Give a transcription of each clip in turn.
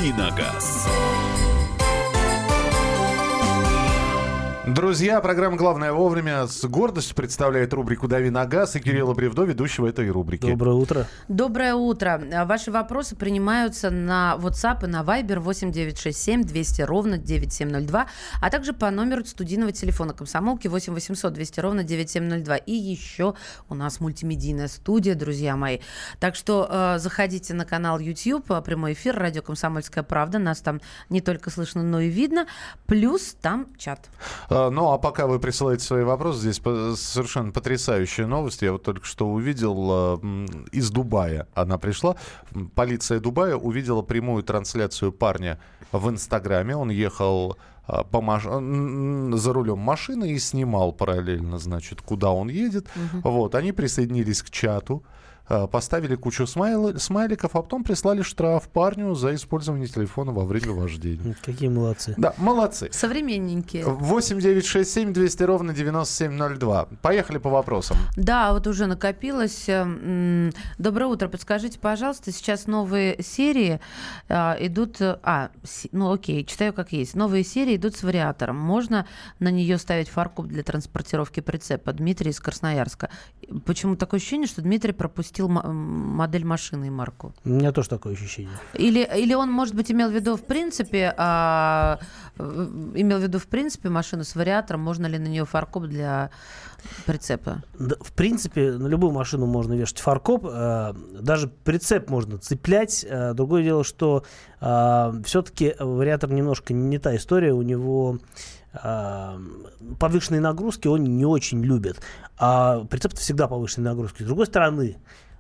«Давиногаз». Друзья, программа «Главное вовремя» с гордостью представляет рубрику «Дави на газ» и Кирилла Бревдо, ведущего этой рубрики. Доброе утро. Доброе утро. Ваши вопросы принимаются на WhatsApp и на Viber 8967 200 ровно 9702, а также по номеру студийного телефона комсомолки 8 800 200 ровно 9702. И еще у нас мультимедийная студия, друзья мои. Так что заходите на канал YouTube, прямой эфир, радио «Комсомольская правда». Нас там не только слышно, но и видно. Плюс там чат. Ну, а пока вы присылаете свои вопросы, здесь совершенно потрясающая новость. Я вот только что увидел из Дубая. Она пришла. Полиция Дубая увидела прямую трансляцию парня в Инстаграме. Он ехал за рулем машины и снимал параллельно, значит, куда он едет. Вот, они присоединились к чату, поставили кучу смайликов, а потом прислали штраф парню за использование телефона во время вождения. Какие молодцы. Да, молодцы. Современненькие. 8 9 6 7 200 ровно 9702. Поехали по вопросам. Да, вот уже накопилось. Доброе утро. Подскажите, пожалуйста, сейчас новые серии идут... окей, читаю как есть. Новые серии идут с вариатором. Можно на нее ставить фаркоп для транспортировки прицепа? Дмитрий из Красноярска. Почему такое ощущение, что Дмитрий пропустил модель машины и марку? У меня тоже такое ощущение. Или он, может быть, имел в виду в принципе машину с вариатором, можно ли на нее фаркоп для прицепа? Да, в принципе, на любую машину можно вешать фаркоп, даже прицеп можно цеплять. Другое дело, что все-таки вариатор немножко не та история, у него повышенные нагрузки он не очень любит, а прицеп всегда повышенные нагрузки. С другой стороны,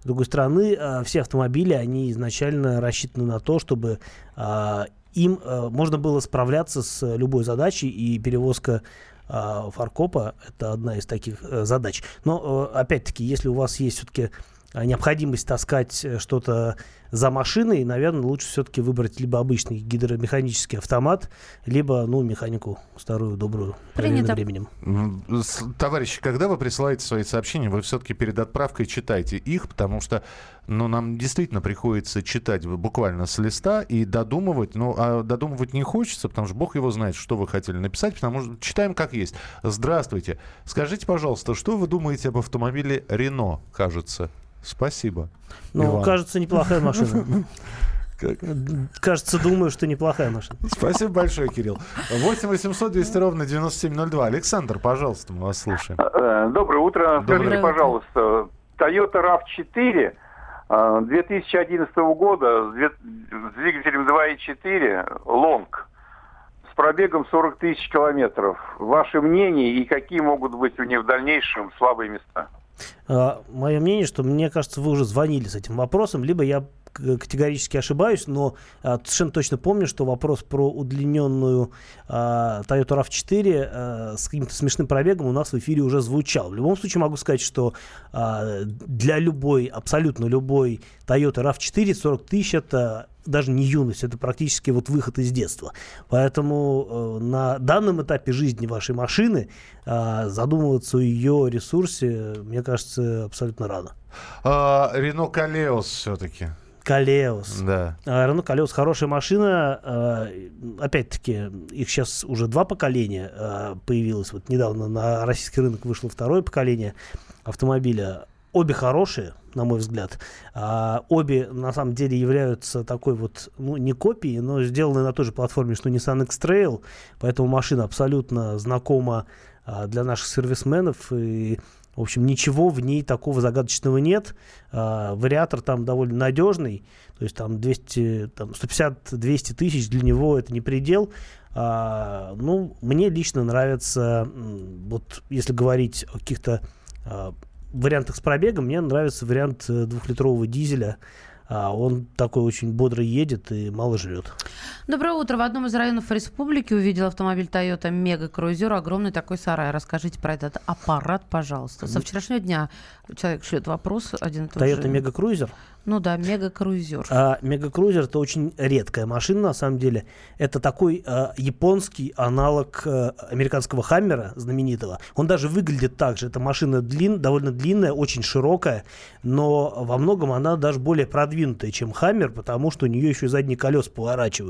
все автомобили, они изначально рассчитаны на то, чтобы им можно было справляться с любой задачей, и перевозка фаркопа — это одна из таких задач. Но, опять-таки, если у вас есть все-таки необходимость таскать что-то за машиной, наверное, лучше все-таки выбрать либо обычный гидромеханический автомат, либо, механику старую, добрую, проверенным временем. Товарищи, когда вы присылаете свои сообщения, вы все-таки перед отправкой читайте их, потому что нам действительно приходится читать буквально с листа и додумывать, а додумывать не хочется, потому что Бог его знает, что вы хотели написать, потому что читаем как есть. Здравствуйте. Скажите, пожалуйста, что вы думаете об автомобиле Renault, кажется? Спасибо. Иван. Кажется, неплохая машина. Кажется, думаю, что неплохая машина. Спасибо большое, Кирилл. 8 800 200 ровно 9702. Александр, пожалуйста, мы вас слушаем. Доброе утро. Скажите, пожалуйста, Toyota RAV4 2011 года с двигателем 2.4 Long с пробегом 40 тысяч километров. Ваше мнение и какие могут быть у них в дальнейшем слабые места? Мое мнение, что, мне кажется, вы уже звонили с этим вопросом, либо я категорически ошибаюсь, но совершенно точно помню, что вопрос про удлиненную Toyota RAV4 с каким-то смешным пробегом у нас в эфире уже звучал. В любом случае могу сказать, что для абсолютно любой Toyota RAV4 40 тысяч — это даже не юность, это практически выход из детства. Поэтому на данном этапе жизни вашей машины задумываться о ее ресурсе, мне кажется, абсолютно рано. Renault Koleos все-таки. Koleos. Да. Renault Koleos хорошая машина. Опять-таки, их сейчас уже 2 поколения появилось. Недавно на российский рынок вышло 2-е поколение автомобиля. Обе хорошие, на мой взгляд. Обе, на самом деле, являются такой не копией, но сделаны на той же платформе, что Nissan X-Trail. Поэтому машина абсолютно знакома для наших сервисменов. И, в общем, ничего в ней такого загадочного нет. Вариатор там довольно надежный. То есть там 150-200 тысяч для него это не предел. Мне лично нравится, если говорить о каких-то вариантах с пробегом, мне нравится вариант 2-литрового дизеля. Он такой очень бодро едет и мало жрет. Доброе утро. В одном из районов республики увидел автомобиль Toyota Mega Cruiser. Огромный такой сарай. Расскажите про этот аппарат, пожалуйста. Со вчерашнего дня человек шлет вопрос один и тот же. Toyota Mega Cruiser? Mega Cruiser. Mega Cruiser — это очень редкая машина, на самом деле. Это такой японский аналог американского Хаммера знаменитого. Он даже выглядит так же. Эта машина довольно длинная, очень широкая, но во многом она даже более продвинутая, чем Хаммер, потому что у нее еще и задние колеса поворачиваются.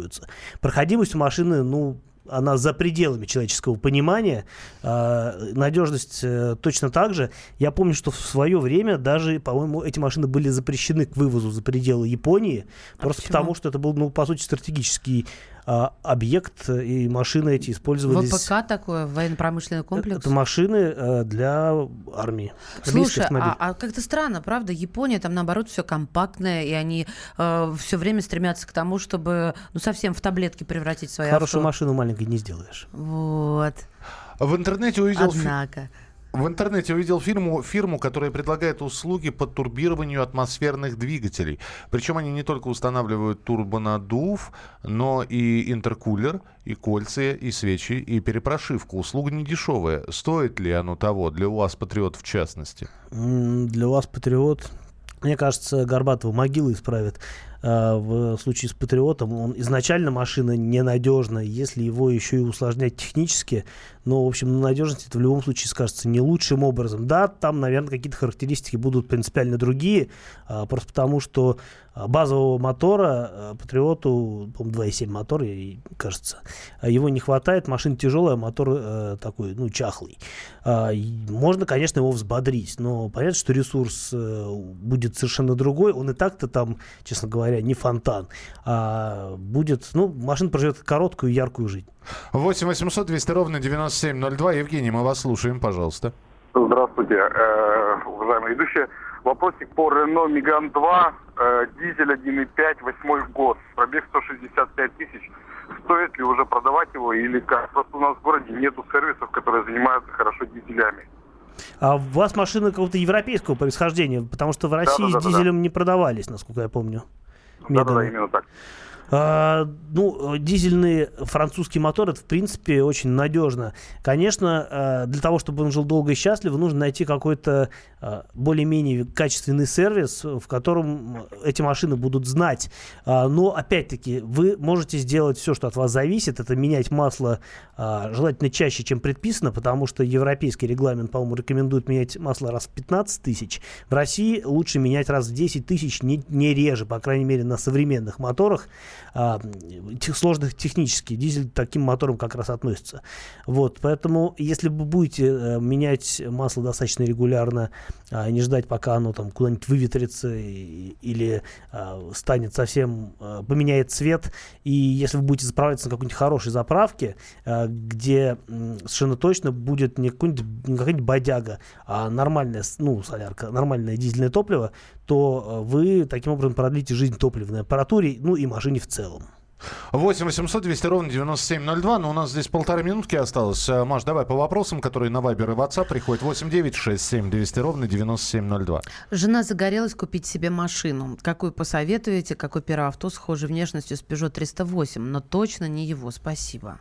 используются. Проходимость у машины, она за пределами человеческого понимания. Надежность точно так же. Я помню, что в свое время даже, по-моему, эти машины были запрещены к вывозу за пределы Японии. Просто потому, что это был, по сути, стратегический объект, и машины эти использовались... ВПК такое, военно-промышленный комплекс? Это машины для армии. Слушай, а как-то странно, правда? Япония там, наоборот, все компактное, и они все время стремятся к тому, чтобы совсем в таблетки превратить свои Хорошую машину маленькой не сделаешь. Вот. В интернете увидел... Однако... В интернете увидел фирму, которая предлагает услуги по турбированию атмосферных двигателей. Причем они не только устанавливают турбонаддув, но и интеркулер, и кольца, и свечи, и перепрошивку. Услуга недешевая. Стоит ли оно того для УАЗ Патриот в частности? Для УАЗ Патриот, мне кажется, Горбатова могила исправит. В случае с Патриотом изначально машина ненадежная, если его еще и усложнять технически, в общем, на надежности это в любом случае скажется не лучшим образом. Да, там, наверное, какие-то характеристики будут принципиально другие, просто потому что базового мотора Патриоту, по-моему, 2.7 мотор, кажется, его не хватает. Машина тяжелая, мотор такой, чахлый. Можно, конечно, его взбодрить, но понятно, что ресурс будет совершенно другой. Он и так-то там, честно говоря, не фонтан, а будет, машина проживет короткую, яркую жизнь. 8 800 200 ровно 9702. Евгений, мы вас слушаем, пожалуйста. Здравствуйте, уважаемые ведущие. Вопросик по Renault Megane 2, дизель 1.5, 8 год, пробег 165 тысяч. Стоит ли уже продавать его или как? Просто у нас в городе нету сервисов, которые занимаются хорошо дизелями. А у вас машины какого-то европейского происхождения, потому что в России с дизелем не продавались, насколько я помню. Да, именно так. Дизельный французский мотор, это, в принципе, очень надежно. Конечно, для того, чтобы он жил долго и счастливо, нужно найти какой-то более-менее качественный сервис, в котором эти машины будут знать. Но, опять-таки, вы можете сделать все, что от вас зависит. Это менять масло желательно чаще, чем предписано, потому что европейский регламент, по-моему, рекомендует менять масло раз в 15 тысяч. В России лучше менять раз в 10 тысяч, не реже, по крайней мере, на современных моторах. Сложных технически. Дизель к таким моторам как раз относится. Поэтому, если вы будете менять масло достаточно регулярно, не ждать, пока оно там куда-нибудь выветрится или станет совсем, поменяет цвет, и если вы будете заправляться на какой-нибудь хорошей заправке, где совершенно точно будет не какая-нибудь бодяга, а нормальная, солярка, нормальное дизельное топливо, то вы таким образом продлите жизнь топливной аппаратуре, и машине в целом. 8 800 200 ровно 9702. У нас здесь 1,5 минутки осталось. Маш, давай по вопросам, которые на Viber и WhatsApp приходят. 8 9 6 7 200 ровно 9702. Жена загорелась купить себе машину. Какую посоветуете? Какой первое авто схожей внешностью с Peugeot 308? Но точно не его. Спасибо.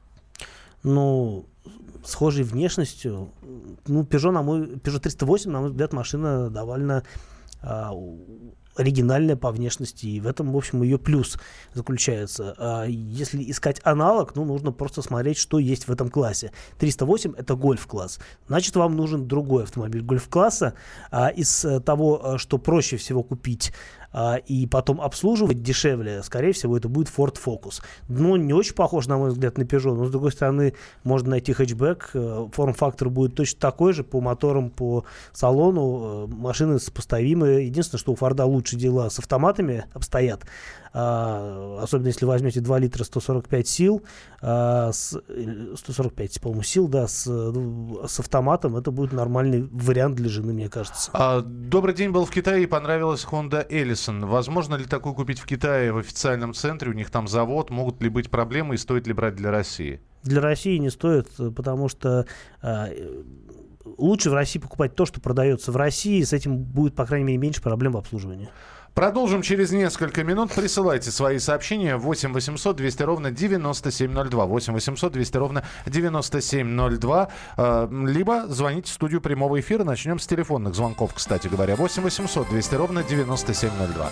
Схожей внешностью. Peugeot 308, на мой взгляд, машина довольно оригинальная по внешности, и в этом, в общем, ее плюс заключается. Если искать аналог, нужно просто смотреть, что есть в этом классе. 308 — это гольф-класс. Значит, вам нужен другой автомобиль гольф-класса. Из того, что проще всего купить и потом обслуживать дешевле, скорее всего, это будет Ford Focus. Не очень похож, на мой взгляд, на Peugeot, но, с другой стороны, можно найти хэтчбэк. Форм-фактор будет точно такой же, по моторам, по салону. Машины сопоставимые. Единственное, что у Форда лучше дела с автоматами обстоят. Особенно если возьмете 2 литра 145 сил, 145, по-моему, сил, да, с автоматом, это будет нормальный вариант для жены, мне кажется. Добрый день, был в Китае и понравилась Honda Ellison. Возможно ли такую купить в Китае в официальном центре? У них там завод. Могут ли быть проблемы и стоит ли брать для России? Для России не стоит, потому что лучше в России покупать то, что продается в России. С этим будет, по крайней мере, меньше проблем в обслуживании. Продолжим через несколько минут. Присылайте свои сообщения 8 800 200 ровно 9702. 8 800 200 ровно 9702. Либо звоните в студию прямого эфира. Начнем с телефонных звонков, кстати говоря. 8 800 200 ровно 9702.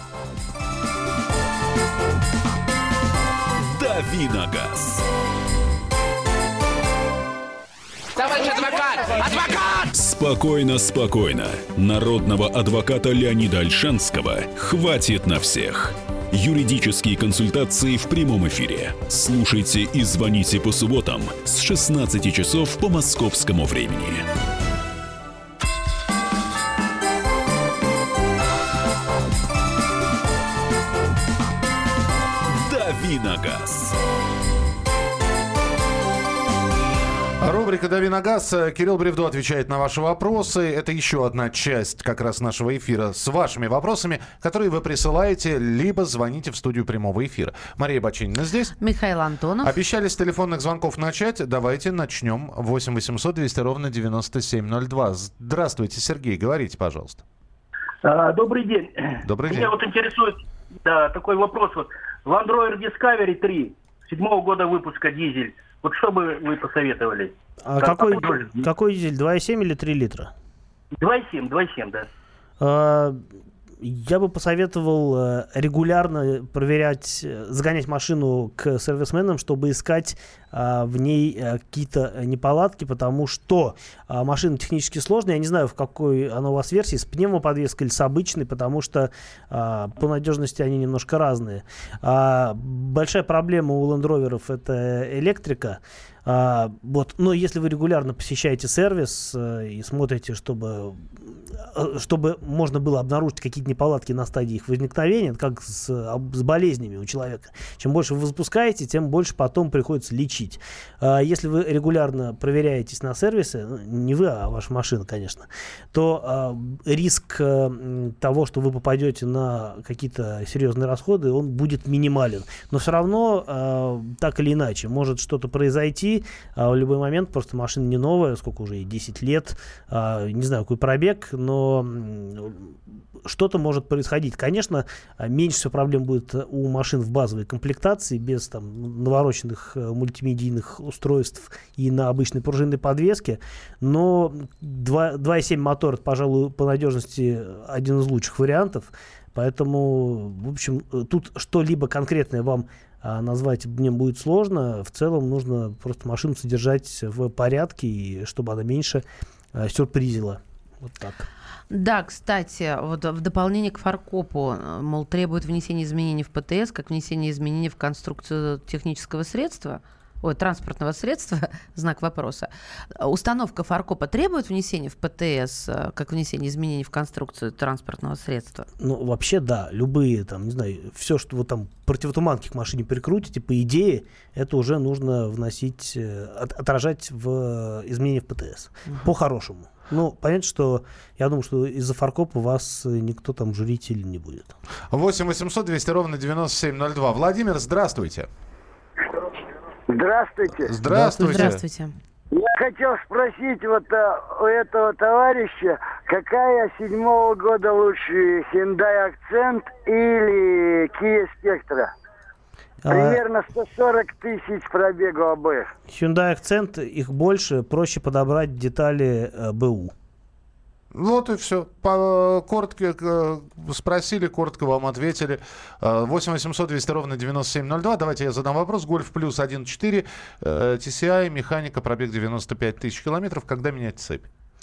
Давиногаз. Товарищ адвокат! Адвокат! Спокойно, спокойно. Народного адвоката Леонида Ольшанского хватит на всех. Юридические консультации в прямом эфире. Слушайте и звоните по субботам с 16 часов по московскому времени. «Дави на газ». Рубрика «Дави на газ». Кирилл Бревдо отвечает на ваши вопросы. Это еще одна часть как раз нашего эфира с вашими вопросами, которые вы присылаете, либо звоните в студию прямого эфира. Мария Бачинина здесь. Михаил Антонов. Обещали с телефонных звонков начать. Давайте начнем. 8 800 200 ровно 9702. Здравствуйте, Сергей. Говорите, пожалуйста. Добрый день. Добрый день. Меня вот интересует такой вопрос. Вот Land Rover Discovery 3, 7-го года выпуска, дизель. Вот что бы вы посоветовали? Какой дизель? 2,7 или 3 литра? 2,7, да. Я бы посоветовал регулярно проверять, загонять машину к сервисменам, чтобы искать в ней какие-то неполадки, потому что машина технически сложная. Я не знаю, в какой она у вас версии, с пневмоподвеской или с обычной, потому что по надежности они немножко разные. Большая проблема у Land Rover'ов — это электрика. Но если вы регулярно посещаете сервис и смотрите, чтобы можно было обнаружить какие-то неполадки на стадии их возникновения, как с болезнями у человека. Чем больше вы запускаете, тем больше потом приходится лечить. Если вы регулярно проверяетесь на сервисе, не вы, а ваша машина, конечно, то риск того, что вы попадете на какие-то серьезные расходы, он будет минимален. Но все равно, так или иначе, может что-то произойти в любой момент. Просто машина не новая, сколько уже, 10 лет, не знаю, какой пробег, но что-то может происходить. Конечно, меньше всего проблем будет у машин в базовой комплектации, без навороченных мультимедийных устройств и на обычной пружинной подвеске, но 2,7 мотор, пожалуй, по надежности один из лучших вариантов, поэтому, в общем, тут что-либо конкретное вам назвать мне будет сложно. В целом нужно просто машину содержать в порядке, и чтобы она меньше сюрпризила. Вот так. Да, кстати, вот в дополнение к фаркопу, мол, требует внесения изменений в ПТС, как внесение изменений в конструкцию технического средства, транспортного средства, знак вопроса. Установка фаркопа требует внесения в ПТС, как внесение изменений в конструкцию транспортного средства? Вообще, да. Любые, не знаю, все, что вы противотуманки к машине прикрутите, по идее, это уже нужно вносить, отражать в изменения в ПТС. По-хорошему. Понятно, что я думаю, что из-за фаркопа вас никто журить или не будет. 8 800 200 ровно 9702. Владимир, здравствуйте. Здравствуйте. Здравствуйте. Я хотел спросить у этого товарища, какая 7-го года лучше, Hyundai Accent или Kia Spectra? Примерно 140 тысяч пробегу обоих. Hyundai Accent, их больше, проще подобрать детали БУ. Вот и все. Коротко спросили, коротко вам ответили. 8 800 200 ровно 9702. Давайте я задам вопрос. Golf Plus 1.4, TCI, механика, пробег 95 тысяч километров. Когда менять цепь?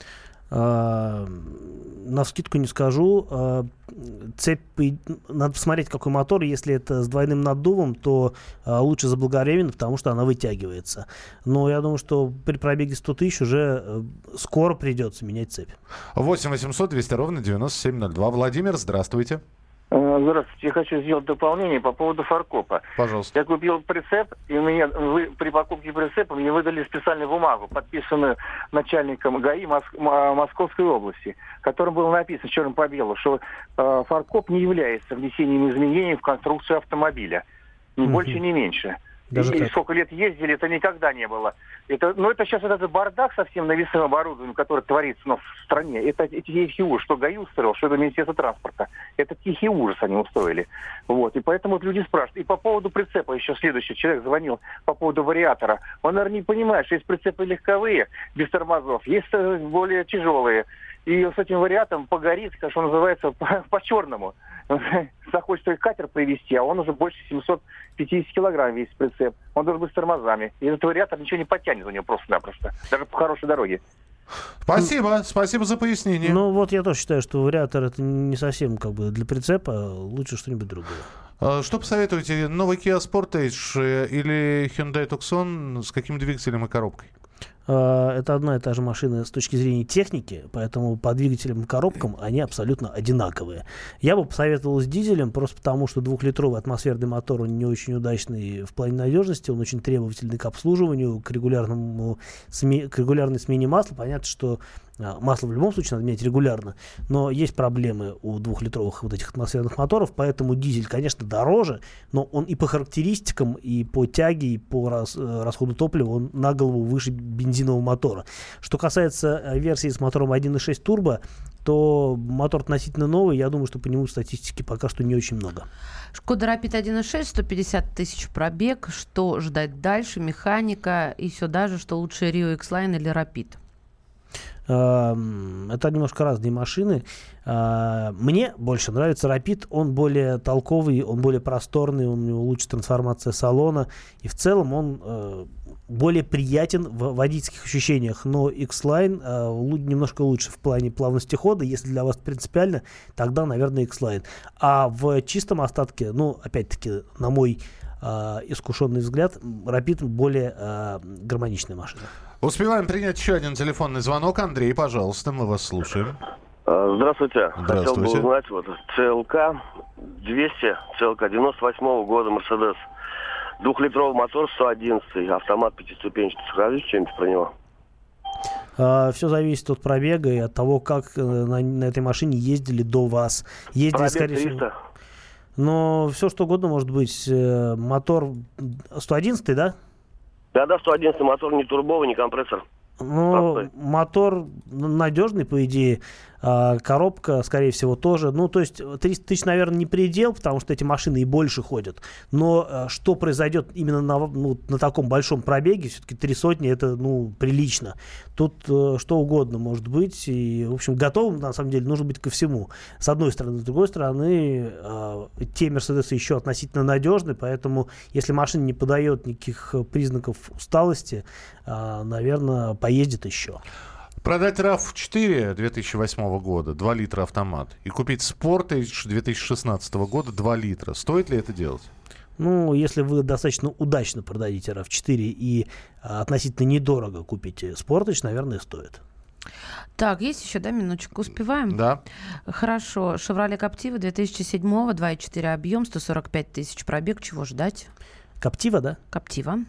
Навскидку не скажу. Цепь, надо посмотреть, какой мотор. Если это с двойным наддувом, то лучше заблаговременно, потому что она вытягивается. Но я думаю, что при пробеге 100 тысяч уже скоро придется менять цепь. 8 800 200 ровно 9702. Владимир, здравствуйте. Здравствуйте. Я хочу сделать дополнение по поводу фаркопа. Пожалуйста. Я купил прицеп, и при покупке прицепа мне выдали специальную бумагу, подписанную начальником ГАИ Московской области, в котором было написано черным по белому, что фаркоп не является внесением изменений в конструкцию автомобиля. Ни больше, ни меньше. И сколько лет ездили, это никогда не было. Это сейчас этот бардак совсем навесным оборудованием, который творится в стране. Это тихий ужас, что ГАИ устроил, что это Министерство транспорта. Это тихий ужас они устроили. И поэтому люди спрашивают. И по поводу прицепа еще следующий человек звонил по поводу вариатора. Он, наверное, не понимает, что есть прицепы легковые, без тормозов, есть более тяжелые. И с этим вариатором погорит, что называется, по-черному. Захочет катер привезти, а он уже больше 750 килограмм весит прицеп. Он должен быть с тормозами. И этот вариатор ничего не подтянет у него просто-напросто. Даже по хорошей дороге. Спасибо за пояснение. Ну, вот я тоже считаю, что вариатор это не совсем как бы для прицепа, лучше что-нибудь другое. Что посоветуете, новый Kia Sportage или Hyundai Tucson с каким двигателем и коробкой? Это одна и та же машина с точки зрения техники, поэтому по двигателям и коробкам они абсолютно одинаковые. Я бы посоветовал с дизелем, просто потому что 2-литровый атмосферный мотор, он не очень удачный в плане надежности, он очень требовательный к обслуживанию, к регулярной смене масла. Понятно, что масло в любом случае надо менять регулярно, но есть проблемы у 2-литровых вот этих атмосферных моторов, поэтому дизель, конечно, дороже, но он и по характеристикам, и по тяге, и по расходу топлива он на голову выше бензинового мотора. Что касается версии с мотором 1.6 турбо, то мотор относительно новый, я думаю, что по нему статистики пока что не очень много. Шкода Рапид 1.6, 150 тысяч пробег. Что ждать дальше? Механика и все даже, что лучше Rio X-Line или Рапид? Это немножко разные машины. Мне больше нравится Rapid. Он более толковый, он более просторный, у него лучше трансформация салона. И в целом он более приятен в водительских ощущениях. Но X-Line немножко лучше в плане плавности хода. Если для вас принципиально, тогда, наверное, X-Line. А в чистом остатке, опять-таки, на мой искушенный взгляд, Rapid более гармоничная машина. Успеваем принять еще один телефонный звонок. Андрей, пожалуйста, мы вас слушаем. Здравствуйте. Хотел бы узнать, ЦЛК 200, ЦЛК 98-го года, Мерседес. 2-литровый мотор, 111, автомат пятиступенчатый. Скажите что-нибудь про него? Все зависит от пробега и от того, как на этой машине ездили до вас. Ездили, скорее всего. Но все что угодно может быть. Мотор 111, да? Да, 111 мотор, не турбовый, не компрессор. Мотор надежный, по идее. Коробка, скорее всего, тоже. То есть 300 тысяч, наверное, не предел, потому что эти машины и больше ходят. Но что произойдет именно на таком большом пробеге, все-таки 300 это, прилично. Тут что угодно может быть. И, в общем, готовым, на самом деле, нужно быть ко всему. С одной стороны. С другой стороны, те Мерседесы еще относительно надежны, поэтому, если машина не подает никаких признаков усталости, наверное, поездит еще. Продать RAV4 2008 года, 2 литра автомат, и купить Sportage 2016 года, 2 литра. Стоит ли это делать? Если вы достаточно удачно продадите RAV4 и относительно недорого купите Sportage, наверное, стоит. Так, есть еще, минуточку, успеваем? Да. Хорошо. Chevrolet Captiva 2007-го, 2,4 объем, 145 тысяч пробег. Чего ждать? Captiva, да? Captiva.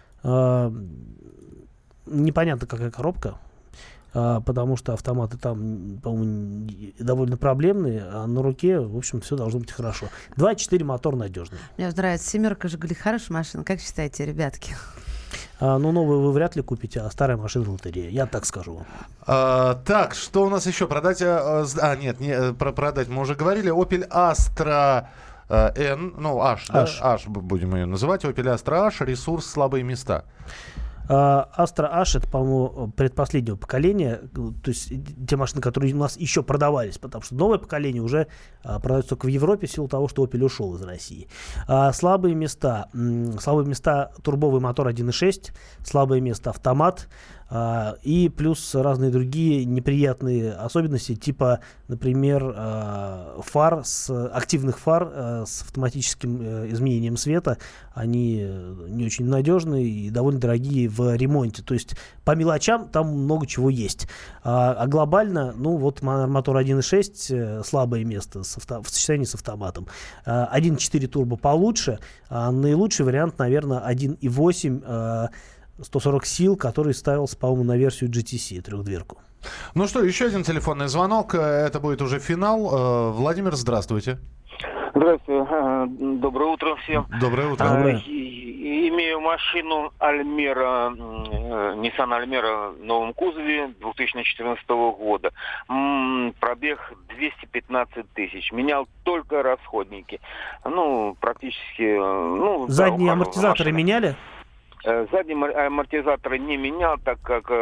Непонятно, какая коробка. Потому что автоматы там, по-моему, довольно проблемные, а на руке, в общем, все должно быть хорошо. 2.4 мотор надежный. Мне нравится «семерка», «Жигули» хорошая машина. Как считаете, ребятки? Новую вы вряд ли купите, а старая машина лотерея. Я так скажу вам. Так, что у нас еще? Продать... продать мы уже говорили. Opel Astra N, H будем ее называть. Opel Astra H, ресурс «слабые места». Astra H это, по-моему, предпоследнего поколения, то есть те машины, которые у нас еще продавались, потому что новое поколение уже продается только в Европе в силу того, что Opel ушел из России. Слабые места турбовый мотор 1.6, слабое место автомат, и плюс разные другие неприятные особенности, типа, например, активных фар с автоматическим изменением света. Они не очень надежные и довольно дорогие в ремонте. То есть по мелочам там много чего есть. А глобально, мотор 1.6 слабое место в сочетании с автоматом. 1.4 турбо получше. Наилучший вариант, наверное, 1.8 140 сил, который ставился, по-моему, на версию GTC, трехдверку. Еще один телефонный звонок. Это будет уже финал. Владимир, здравствуйте. Здравствуйте. Доброе утро всем. Доброе утро. Имею машину Альмера, Nissan Альмера в новом кузове 2014 года. Пробег 215 тысяч. Менял только расходники. Практически... Задние амортизаторы меняли? Задние амортизаторы не менял, так как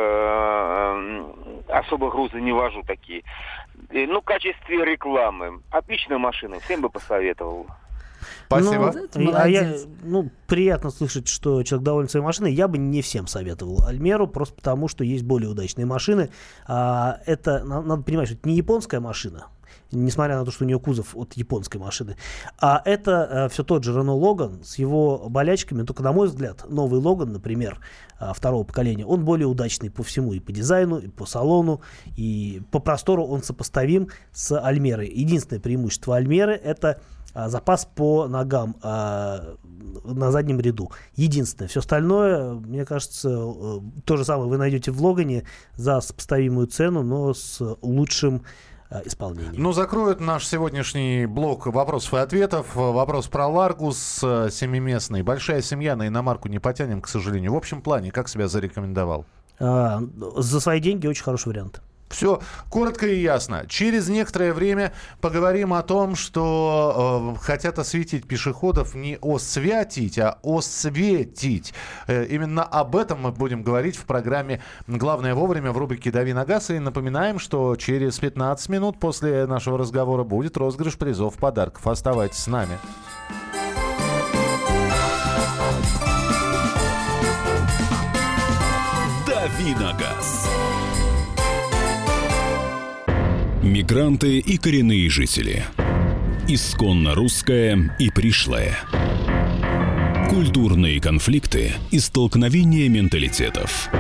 особо грузы не вожу такие. В качестве рекламы. Отличная машина, всем бы посоветовал. Спасибо. Приятно слышать, что человек доволен своей машиной. Я бы не всем советовал Альмеру, просто потому, что есть более удачные машины. Это, надо понимать, что это не японская машина, несмотря на то, что у нее кузов от японской машины. А это все тот же Renault Logan с его болячками. Только, на мой взгляд, новый Logan, например, второго поколения, он более удачный по всему. И по дизайну, и по салону, и по простору он сопоставим с Альмерой. Единственное преимущество Альмеры — это запас по ногам на заднем ряду. Единственное. Все остальное, мне кажется, то же самое вы найдете в Логане за сопоставимую цену, но с лучшим исполнением. Ну, закроют наш сегодняшний блок вопросов и ответов. Вопрос про Ларгус 7-местный. Большая семья, на иномарку не потянем, к сожалению. В общем плане, как себя зарекомендовал? За свои деньги очень хороший вариант. Все коротко и ясно. Через некоторое время поговорим о том, что хотят осветить пешеходов, не освятить, а осветить. Именно об этом мы будем говорить в программе «Главное вовремя» в рубрике «Дави на газ». И напоминаем, что через 15 минут после нашего разговора будет розыгрыш призов, подарков. Оставайтесь с нами. «Дави на газ». Мигранты и коренные жители. Исконно русское и пришлое. Культурные конфликты и столкновения менталитетов.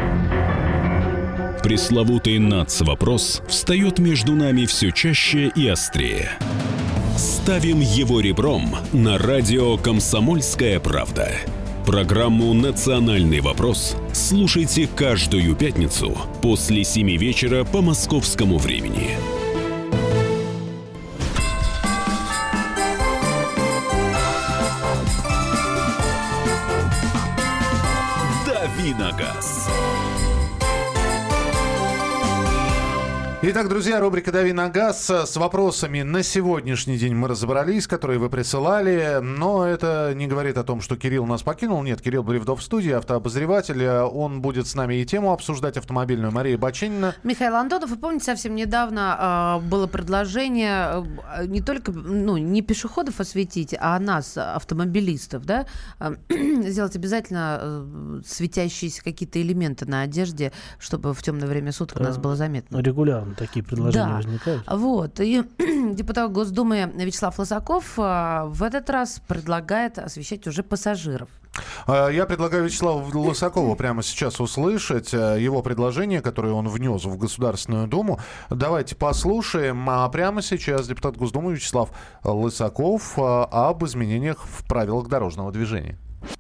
Пресловутый нацвопрос встает между нами все чаще и острее. Ставим его ребром на радио «Комсомольская правда». Программу «Национальный вопрос» слушайте каждую пятницу после 7 вечера по московскому времени. «Дави на газ». Итак, друзья, рубрика «Дави на газ». С вопросами на сегодняшний день мы разобрались, которые вы присылали. Но это не говорит о том, что Кирилл нас покинул. Нет, Кирилл Бревдов в студии, автообозреватель. Он будет с нами и тему обсуждать автомобильную. Мария Баченина. Михаил Антонов. Вы помните, совсем недавно было предложение не только не пешеходов осветить, а нас, автомобилистов, да, сделать обязательно светящиеся какие-то элементы на одежде, чтобы в темное время суток нас было заметно. Регулярно такие предложения возникают. Вот. И депутат Госдумы Вячеслав Лысаков в этот раз предлагает освещать уже пассажиров. Я предлагаю Вячеславу Лысакову прямо сейчас услышать его предложение, которое он внес в Государственную Думу. Давайте послушаем. А прямо сейчас депутат Госдумы Вячеслав Лысаков об изменениях в правилах дорожного движения.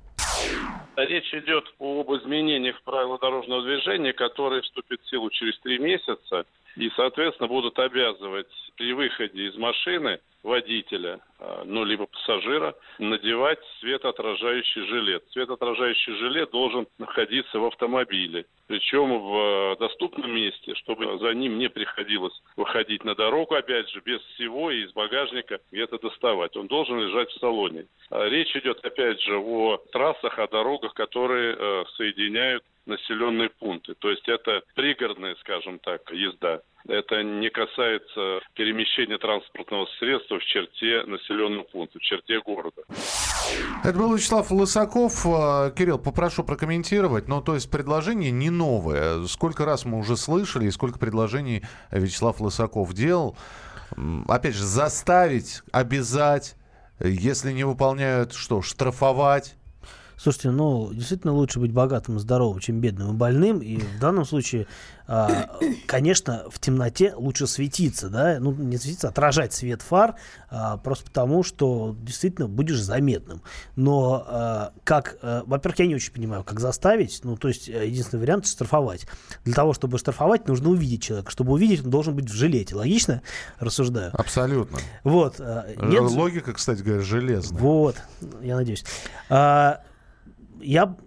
Речь идет об изменениях в правила дорожного движения, которые вступят в силу через 3 месяца и, соответственно, будут обязывать при выходе из машины водителя, либо пассажира, надевать светоотражающий жилет. Светоотражающий жилет должен находиться в автомобиле, причем в доступном месте, чтобы за ним не приходилось выходить на дорогу, опять же, без всего и из багажника где-то доставать. Он должен лежать в салоне. Речь идет, опять же, о трассах, о дорогах, которые соединяют населенные пункты. То есть это пригородная, скажем так, езда. Это не касается перемещения транспортного средства в черте населенного пункта, в черте города. Это был Вячеслав Лысаков. Кирилл, попрошу прокомментировать. То есть предложение не новое. Сколько раз мы уже слышали, и сколько предложений Вячеслав Лысаков делал. Опять же, заставить, обязать, если не выполняют, штрафовать. Слушайте, действительно лучше быть богатым и здоровым, чем бедным и больным. И в данном случае, конечно, в темноте лучше светиться, да, не светиться, отражать свет фар, просто потому, что действительно будешь заметным. Но во-первых, я не очень понимаю, как заставить. То есть единственный вариант — штрафовать. Для того, чтобы штрафовать, нужно увидеть человека. Чтобы увидеть, он должен быть в жилете. Логично рассуждаю? Абсолютно. Вот. Логика, кстати говоря, железная. Вот, я надеюсь. Я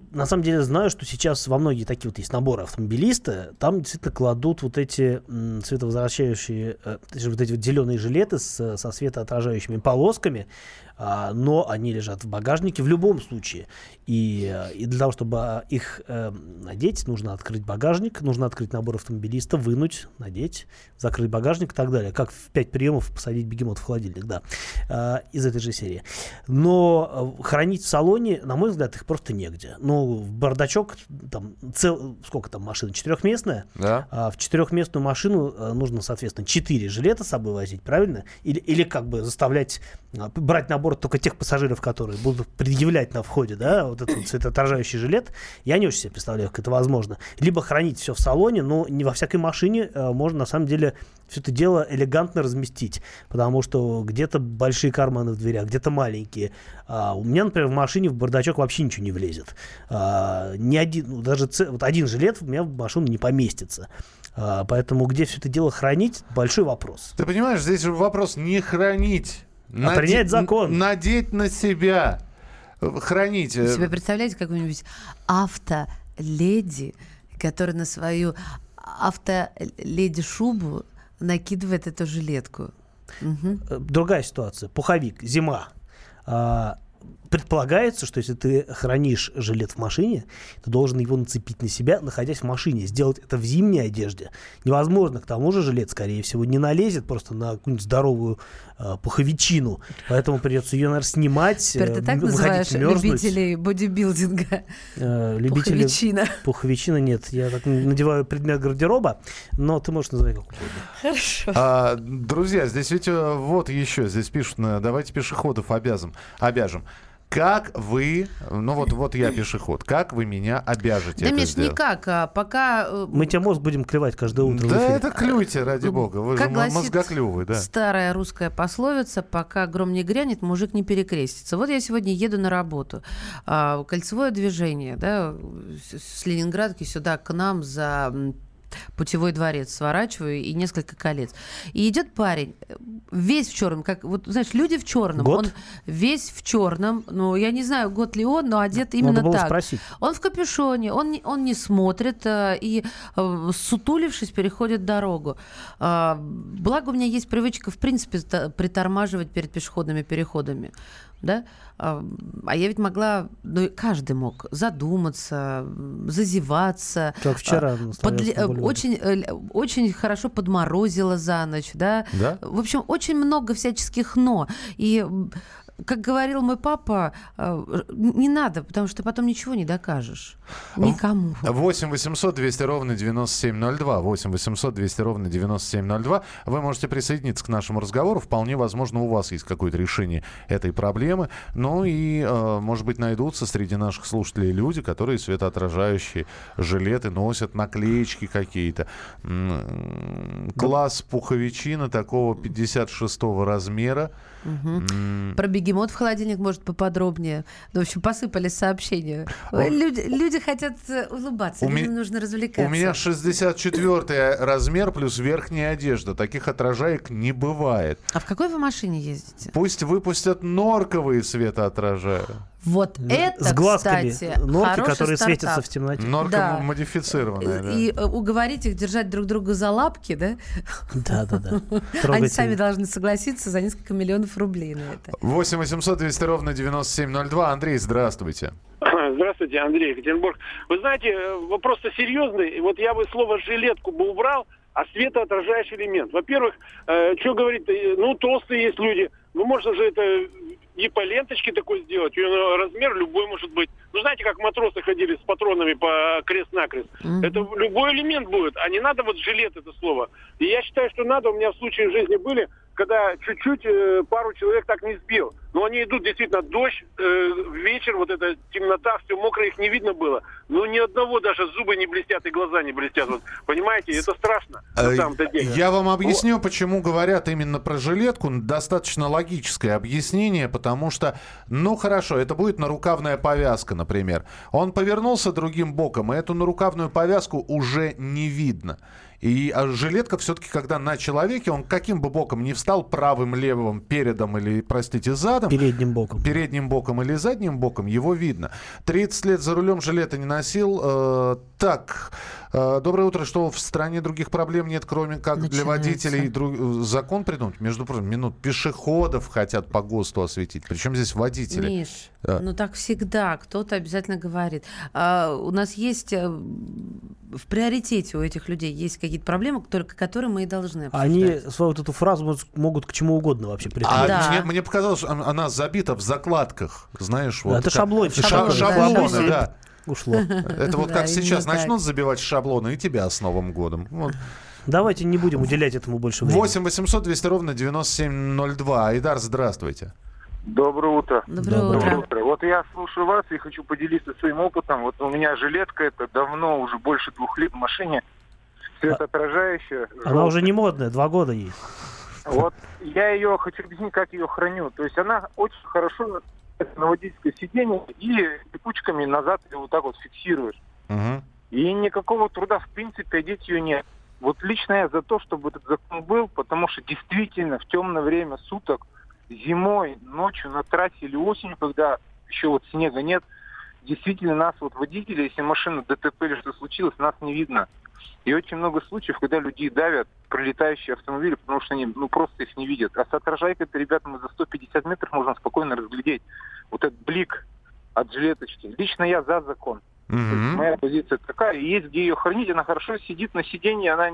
на самом деле знаю, что сейчас во многие такие вот есть наборы автомобилиста, там действительно кладут вот эти световозвращающие, вот эти вот зеленые жилеты со светоотражающими полосками, но они лежат в багажнике в любом случае. И для того, чтобы их надеть, нужно открыть багажник, нужно открыть набор автомобилиста, вынуть, надеть, закрыть багажник и так далее. Как в 5 приемов посадить бегемот в холодильник, да, из этой же серии. Но хранить в салоне, на мой взгляд, их просто негде. Ну, в бардачок, там, сколько там машина, 4-местная? Да. В 4-местную машину нужно, соответственно, 4 жилета с собой возить, правильно? Или как бы заставлять брать на борт только тех пассажиров, которые будут предъявлять на входе, да, вот этот светоотражающий жилет. Я не очень себе представляю, как это возможно. Либо хранить все в салоне, но не во всякой машине можно, на самом деле, все это дело элегантно разместить, потому что где-то большие карманы в дверях, где-то маленькие. У меня, например, в машине в бардачок вообще ничего не влезет. Ни один, даже вот один жилет у меня в машину не поместится. Поэтому где все это дело хранить, большой вопрос. Ты понимаешь, здесь же вопрос не хранить, принять закон. Надеть на себя, хранить. Вы себе представляете какую-нибудь автоледи, которая на свою автоледи-шубу накидывает эту жилетку? Угу. Другая ситуация. Пуховик, зима. Предполагается, что если ты хранишь жилет в машине, ты должен его нацепить на себя, находясь в машине. Сделать это в зимней одежде невозможно. К тому же жилет, скорее всего, не налезет просто на какую-нибудь здоровую пуховичину. Поэтому придется ее, наверное, снимать. Теперь ты так называешь любителей бодибилдинга? Любители пуховичина нет. Я так надеваю предмет гардероба, но ты можешь называть как угодно. Хорошо. Друзья, здесь ведь вот еще, здесь пишут, давайте пешеходов обяжем. Как вы, вот я пешеход, как вы меня обяжете? Да, Миш, никак, пока... Мы тебе мозг будем клевать каждое утро. Да это клюйте, ради бога, вы как же мозгоклювы, да. Старая русская пословица: пока гром не грянет, мужик не перекрестится. Вот я сегодня еду на работу, кольцевое движение, да, с Ленинградки сюда к нам за... Путевой дворец сворачиваю и несколько колец. И идет парень весь в черном, как вот знаешь, люди в черном. Год? Он весь в черном. Ну, я не знаю, год ли он, но одет именно так. Спросить. Он в капюшоне, он не смотрит и, сутулившись, переходит дорогу. Благо у меня есть привычка, в принципе, притормаживать перед пешеходными переходами. Да? А я ведь могла, каждый мог задуматься, зазеваться. Как вчера. Очень хорошо подморозило за ночь. Да? Да? В общем, очень много всяческих «но». И, как говорил мой папа, не надо, потому что потом ничего не докажешь. Никому. 8 800 200 ровно 9702. 8 800 200 ровно 9702. Вы можете присоединиться к нашему разговору. Вполне возможно, у вас есть какое-то решение этой проблемы. Ну и, может быть, найдутся среди наших слушателей люди, которые светоотражающие жилеты носят, наклеечки какие-то. Класс пуховичина такого 56-го размера. Угу. Про бегемот в холодильник, может, поподробнее. Ну, в общем, посыпались сообщения. Люди хотят улыбаться, людям нужно развлекаться. У меня 64-й размер плюс верхняя одежда. Таких отражаек не бывает. А в какой вы машине ездите? Пусть выпустят норковые светоотражающие. Вот это, с глазками, кстати, норки, которые стартап. светятся в темноте. Норка модифицированная, да. И уговорить их держать друг друга за лапки, да? Да. Они сами должны согласиться за несколько миллионов рублей на это. 8 800 200 ровно 9702. Андрей, здравствуйте. Здравствуйте, Андрей, Екатеринбург. Вы знаете, вопрос-то серьезный. Вот я бы слово «жилетку» бы убрал, а светоотражающий элемент. Во-первых, что говорит, толстые есть люди. Можно же это и по ленточке такой сделать. Ее размер любой может быть. Знаете, как матросы ходили с патронами по крест-накрест? Mm-hmm. Это любой элемент будет. А не надо жилет это слово. И я считаю, что надо. У меня в случае в жизни были, когда чуть-чуть пару человек так не сбил. Но они идут, действительно, дождь, вечер, вот эта темнота, все мокрое, их не видно было. Но ни одного даже зубы не блестят и глаза не блестят. Вот, понимаете, это страшно. На самом-то деле. Я вам объясню, почему говорят именно про жилетку. Достаточно логическое объяснение, потому что, хорошо, это будет нарукавная повязка, например. Он повернулся другим боком, и эту нарукавную повязку уже не видно. И жилетка все-таки, когда на человеке, он каким бы боком ни встал, правым, левым, передом или, простите, задом. Передним боком. Передним боком или задним боком, его видно. 30 лет за рулем, жилета не носил. Доброе утро. Что в стране других проблем нет, кроме как для водителей закон придумать? Между прочим, пешеходов хотят по ГОСТу осветить. Причем здесь водители? Миш, так всегда. Кто-то обязательно говорит. У нас есть в приоритете у этих людей есть какие-то проблемы, только которые мы и должны обсуждать. Они свою вот эту фразу могут к чему угодно вообще прийти. Мне показалось, что она забита в закладках. Знаешь, вот. Это шаблончик. Шаблоны, да. Ушло. Это вот как сейчас начнут забивать шаблоны, и тебя с Новым годом. Вот. Давайте не будем уделять этому больше времени. 8 800 200 ровно 9702. Айдар, здравствуйте. Доброе утро. Доброе утро. Вот я слушаю вас и хочу поделиться своим опытом. Вот у меня жилетка, это давно, уже больше 2 лет в машине, светоотражающая. Она уже не модная, 2 года ей. Вот я ее хочу объяснить, как ее храню. То есть она очень хорошо на водительское сиденье и липучками назад ее вот так вот фиксируешь. Угу. И никакого труда, в принципе, одеть ее нет. Вот лично я за то, чтобы этот закон был, потому что действительно в темное время суток, зимой, ночью на трассе или осенью, когда еще вот снега нет, действительно нас вот водители, если машина ДТП или что случилось, нас не видно. И очень много случаев, когда людей давят пролетающие автомобили, потому что они просто их не видят. А с отражайкой-то, ребята, мы за 150 метров можем спокойно разглядеть вот этот блик от жилеточки. Лично я за закон. Mm-hmm. Моя позиция такая. И есть где ее хранить, она хорошо сидит на сиденье, она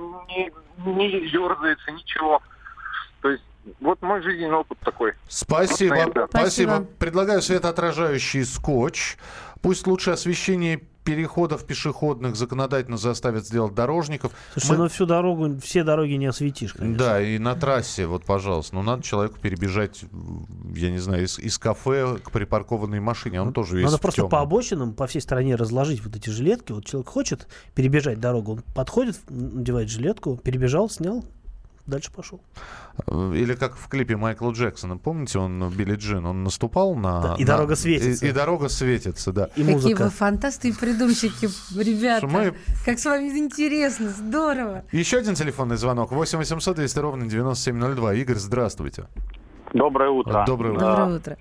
не дерзается, ничего. То есть вот мой жизненный опыт такой. Спасибо. Спасибо. Предлагаю светоотражающий скотч. Пусть лучше освещение переходов пешеходных законодательно заставят сделать дорожников. Слушай, всю дорогу, все дороги не осветишь, конечно. Да, и на трассе, вот, пожалуйста. Надо человеку перебежать, я не знаю, из кафе к припаркованной машине. Он тоже весь Надо просто темный. по обочинам, по всей стране разложить вот эти жилетки. Вот человек хочет перебежать дорогу, он подходит, надевает жилетку, перебежал, снял, дальше пошел. Или как в клипе Майкла Джексона. Помните, он Билли Джин, он наступал на... И дорога светится. И дорога светится, да. И какие музыка. вы фантасты и придумщики, ребята. Как с вами интересно, здорово. Еще один телефонный звонок. 8 800 200 ровно 9702. Игорь, здравствуйте. Доброе утро. Доброе утро. Доброе утро.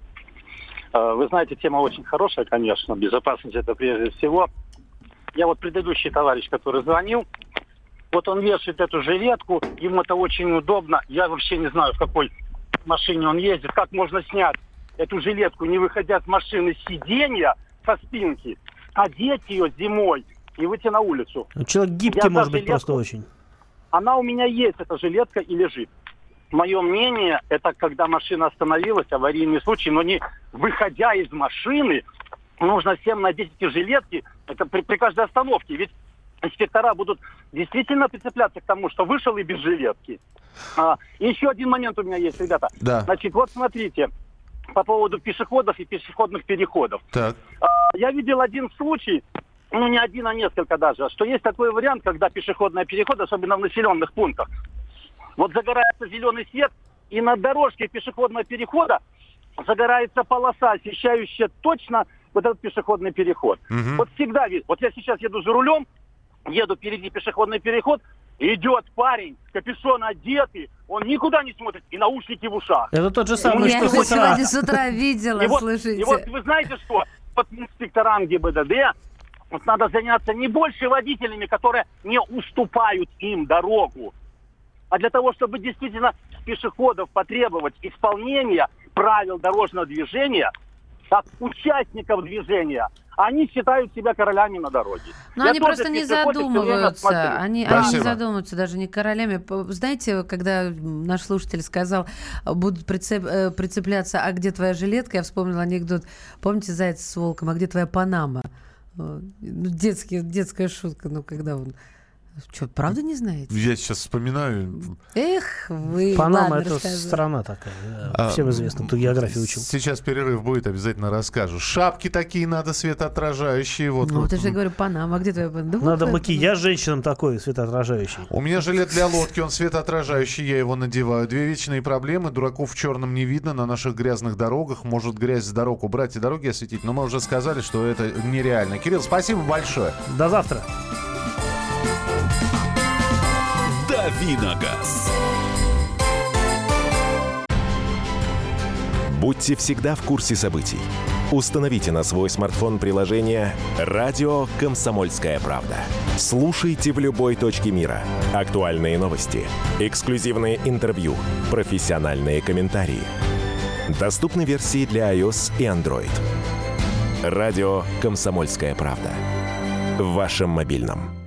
Вы знаете, тема очень хорошая, конечно. Безопасность — это прежде всего. Я вот предыдущий товарищ, который звонил, вот он вешает эту жилетку, ему это очень удобно. Я вообще не знаю, в какой машине он ездит. Как можно снять эту жилетку, не выходя с машины, с сиденья, со спинки, одеть ее зимой и выйти на улицу. Человек гибкий, может быть, просто очень. Она у меня есть, эта жилетка, и лежит. Мое мнение, это когда машина остановилась, аварийный случай, но не выходя из машины, нужно всем надеть эти жилетки. Это при каждой остановке. Ведь инспектора будут действительно прицепляться к тому, что вышел и без жилетки. И еще один момент у меня есть, ребята. Да. Значит, вот смотрите, по поводу пешеходов и пешеходных переходов. Так. Я видел один случай, не один, а несколько даже, что есть такой вариант, когда пешеходный переход, особенно в населенных пунктах, вот загорается зеленый свет, и на дорожке пешеходного перехода загорается полоса, освещающая точно вот этот пешеходный переход. Угу. Вот всегда видно. Вот я сейчас еду за рулем, еду впереди пешеходный переход, идет парень, капюшон одетый, он никуда не смотрит, и наушники в ушах. Это тот же самый, Я что его с утра. сегодня с утра видела, слушайте. И вот вы знаете что? Вот инспекторам ГИБДД вот надо заняться не больше водителями, которые не уступают им дорогу, а для того, чтобы действительно с пешеходов потребовать исполнения правил дорожного движения, как участников движения. Они считают себя королями на дороге. Но они просто не задумываются. Они не задумываются даже не королями. Знаете, когда наш слушатель сказал, будут прицепляться, а где твоя жилетка, я вспомнила анекдот. Помните «Заяц с волком», а где твоя панама? Детская шутка, когда он... Что, правда не знаете? Я сейчас вспоминаю. Эх, вы. Панама — это страна такая. Всем известно, кто географию учил. Сейчас перерыв будет, обязательно расскажу. Шапки такие надо светоотражающие. Вот я же говорю, Панама. А где твоя Панама? Надо макияж женщинам такой светоотражающий. У меня жилет для лодки, он светоотражающий, я его надеваю. 2 вечные проблемы. Дураков в черном не видно на наших грязных дорогах. Может грязь с дорог убрать и дороги осветить. Но мы уже сказали, что это нереально. Кирилл, спасибо большое. До завтра. «Дави на газ». Будьте всегда в курсе событий. Установите на свой смартфон приложение «Радио Комсомольская правда». Слушайте в любой точке мира. Актуальные новости, эксклюзивные интервью, профессиональные комментарии. Доступны версии для iOS и Android. «Радио Комсомольская правда». В вашем мобильном.